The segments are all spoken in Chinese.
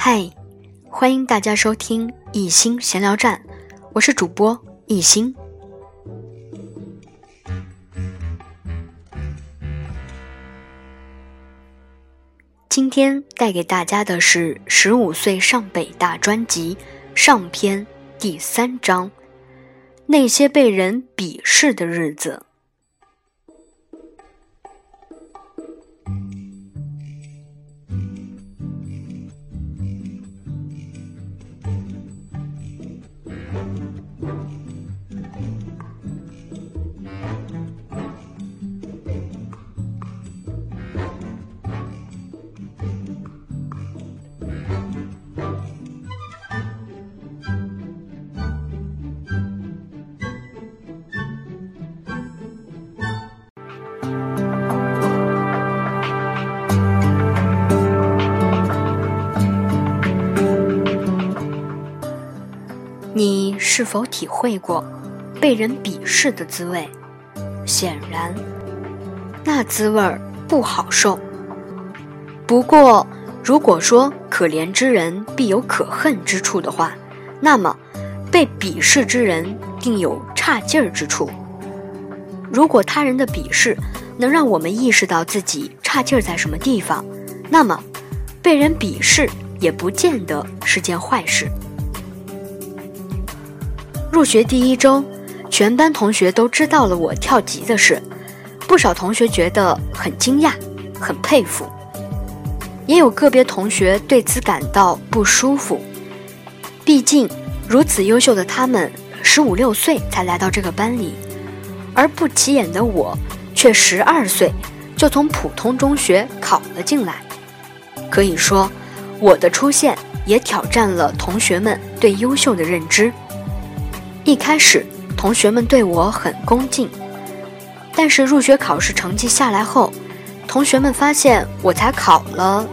嗨，欢迎大家收听一心闲聊站，我是主播一心。今天带给大家的是15岁上北大专辑上篇第3章，那些被人鄙视的日子。你是否体会过被人鄙视的滋味？显然，那滋味不好受。不过，如果说可怜之人必有可恨之处的话，那么被鄙视之人定有差劲儿之处。如果他人的鄙视能让我们意识到自己差劲儿在什么地方，那么被人鄙视也不见得是件坏事。入学第1周，全班同学都知道了我跳级的事，不少同学觉得很惊讶，很佩服，也有个别同学对此感到不舒服。毕竟如此优秀的他们15、16岁才来到这个班里，而不起眼的我却12岁就从普通中学考了进来。可以说，我的出现也挑战了同学们对优秀的认知。一开始同学们对我很恭敬，但是入学考试成绩下来后，同学们发现我才考了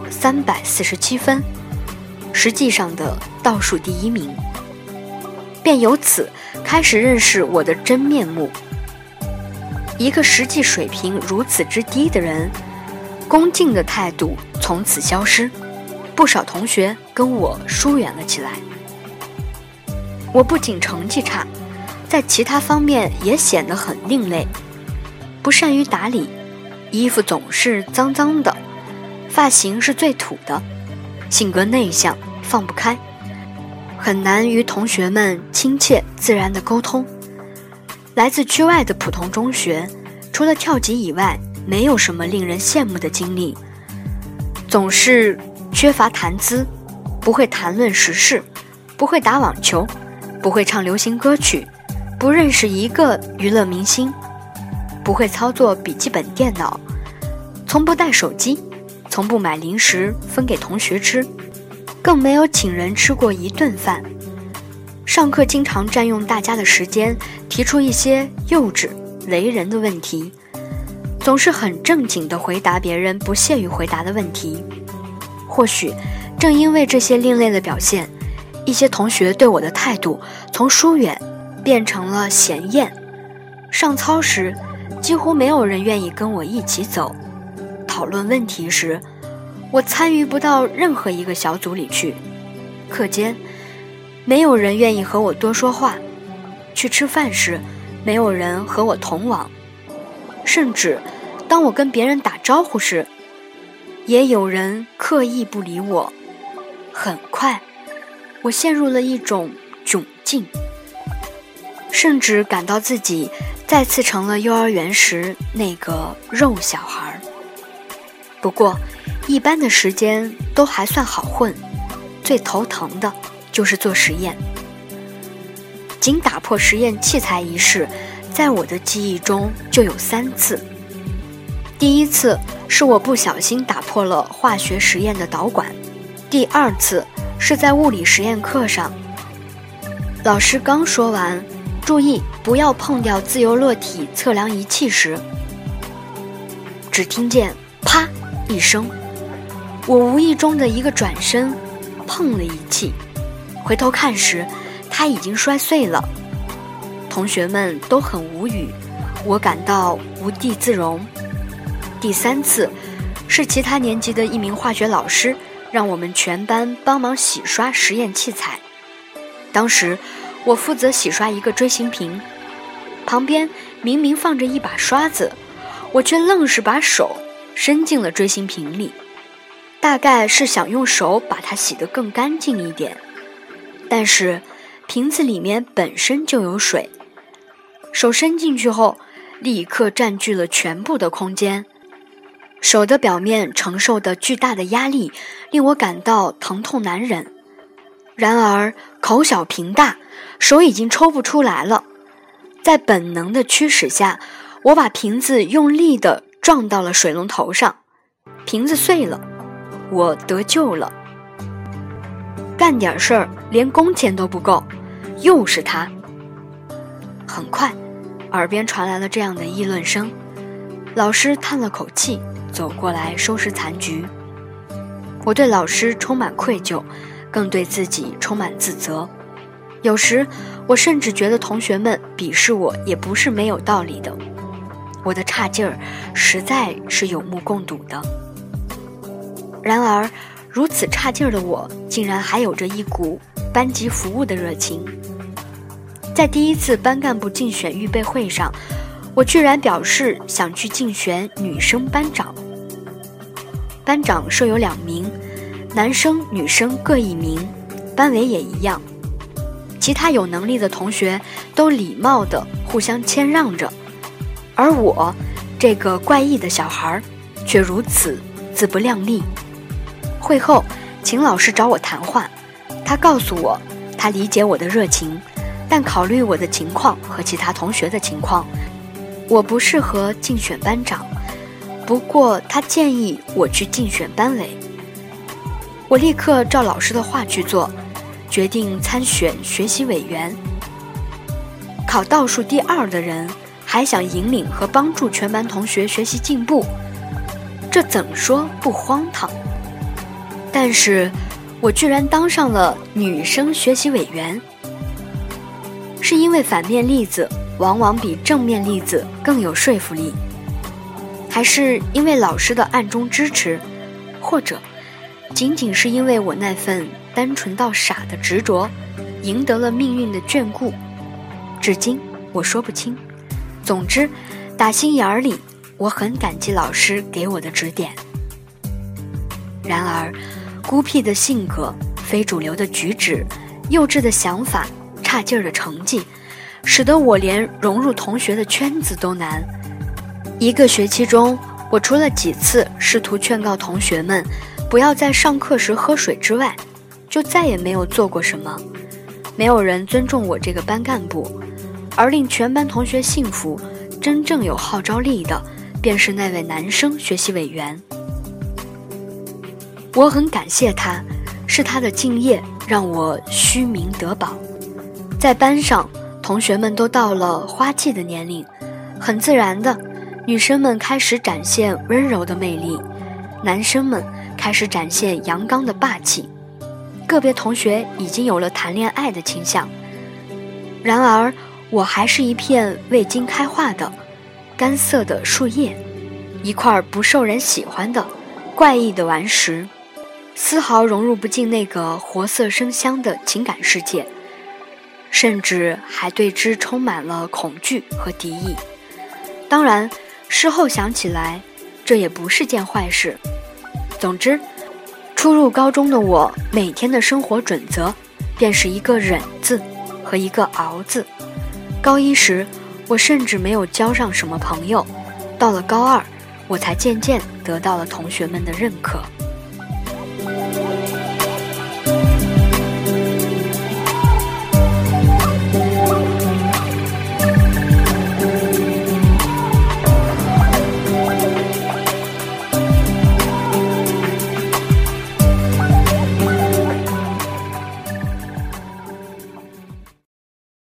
347分，实际上的倒数第1名，便由此开始认识我的真面目。一个实际水平如此之低的人，恭敬的态度从此消失，不少同学跟我疏远了起来。我不仅成绩差，在其他方面也显得很另类，不善于打理，衣服总是脏脏的，发型是最土的，性格内向，放不开，很难与同学们亲切自然的沟通。来自区外的普通中学，除了跳级以外，没有什么令人羡慕的经历，总是缺乏谈资，不会谈论时事，不会打网球，不会唱流行歌曲，不认识一个娱乐明星，不会操作笔记本电脑，从不带手机，从不买零食分给同学吃，更没有请人吃过一顿饭。上课经常占用大家的时间，提出一些幼稚雷人的问题，总是很正经地回答别人不屑于回答的问题。或许正因为这些另类的表现，一些同学对我的态度从疏远变成了嫌厌。上操时几乎没有人愿意跟我一起走，讨论问题时我参与不到任何一个小组里去，课间没有人愿意和我多说话，去吃饭时没有人和我同往，甚至当我跟别人打招呼时，也有人刻意不理我。很快我陷入了一种窘境，甚至感到自己再次成了幼儿园时那个肉小孩。不过一般的时间都还算好混，最头疼的就是做实验。仅打破实验器材一事，在我的记忆中就有3次。第1次是我不小心打破了化学实验的导管，第2次是在物理实验课上，老师刚说完注意不要碰掉自由落体测量仪器时，只听见啪一声，我无意中的一个转身碰了仪器，回头看时它已经摔碎了。同学们都很无语，我感到无地自容。第3次是其他年级的一名化学老师让我们全班帮忙洗刷实验器材。当时我负责洗刷一个锥形瓶，旁边明明放着一把刷子，我却愣是把手伸进了锥形瓶里，大概是想用手把它洗得更干净一点。但是瓶子里面本身就有水，手伸进去后立刻占据了全部的空间，手的表面承受的巨大的压力令我感到疼痛难忍。然而口小瓶大，手已经抽不出来了。在本能的驱使下，我把瓶子用力地撞到了水龙头上，瓶子碎了，我得救了。干点事儿连工钱都不够，又是他。很快耳边传来了这样的议论声，老师叹了口气，走过来收拾残局。我对老师充满愧疚，更对自己充满自责。有时我甚至觉得同学们鄙视我也不是没有道理的，我的差劲儿实在是有目共睹的。然而如此差劲儿的我，竟然还有着一股班级服务的热情。在第一次班干部竞选预备会上，我居然表示想去竞选女生班长。班长设有2名，男生女生各1名，班委也一样。其他有能力的同学都礼貌地互相谦让着，而我这个怪异的小孩却如此自不量力。会后秦老师找我谈话，他告诉我他理解我的热情，但考虑我的情况和其他同学的情况，我不适合竞选班长，不过他建议我去竞选班委。我立刻照老师的话去做，决定参选学习委员。考倒数第2的人还想引领和帮助全班同学学习进步，这怎么说不荒唐？但是我居然当上了女生学习委员，是因为反面例子往往比正面例子更有说服力，还是因为老师的暗中支持，或者仅仅是因为我那份单纯到傻的执着赢得了命运的眷顾？至今我说不清。总之打心眼里我很感激老师给我的指点。然而孤僻的性格、非主流的举止、幼稚的想法、差劲儿的成绩，使得我连融入同学的圈子都难。1个学期中，我除了几次试图劝告同学们不要在上课时喝水之外，就再也没有做过什么。没有人尊重我这个班干部，而令全班同学信服、真正有号召力的，便是那位男生学习委员。我很感谢他，是他的敬业让我虚名得宝。在班上，同学们都到了花季的年龄，很自然的，女生们开始展现温柔的魅力，男生们开始展现阳刚的霸气，个别同学已经有了谈恋爱的倾向。然而我还是一片未经开化的干涩的树叶，一块不受人喜欢的怪异的顽石，丝毫融入不进那个活色生香的情感世界，甚至还对之充满了恐惧和敌意。当然事后想起来，这也不是件坏事。总之初入高中的我，每天的生活准则便是一个忍字和一个熬字。高1时我甚至没有交上什么朋友，到了高2我才渐渐得到了同学们的认可。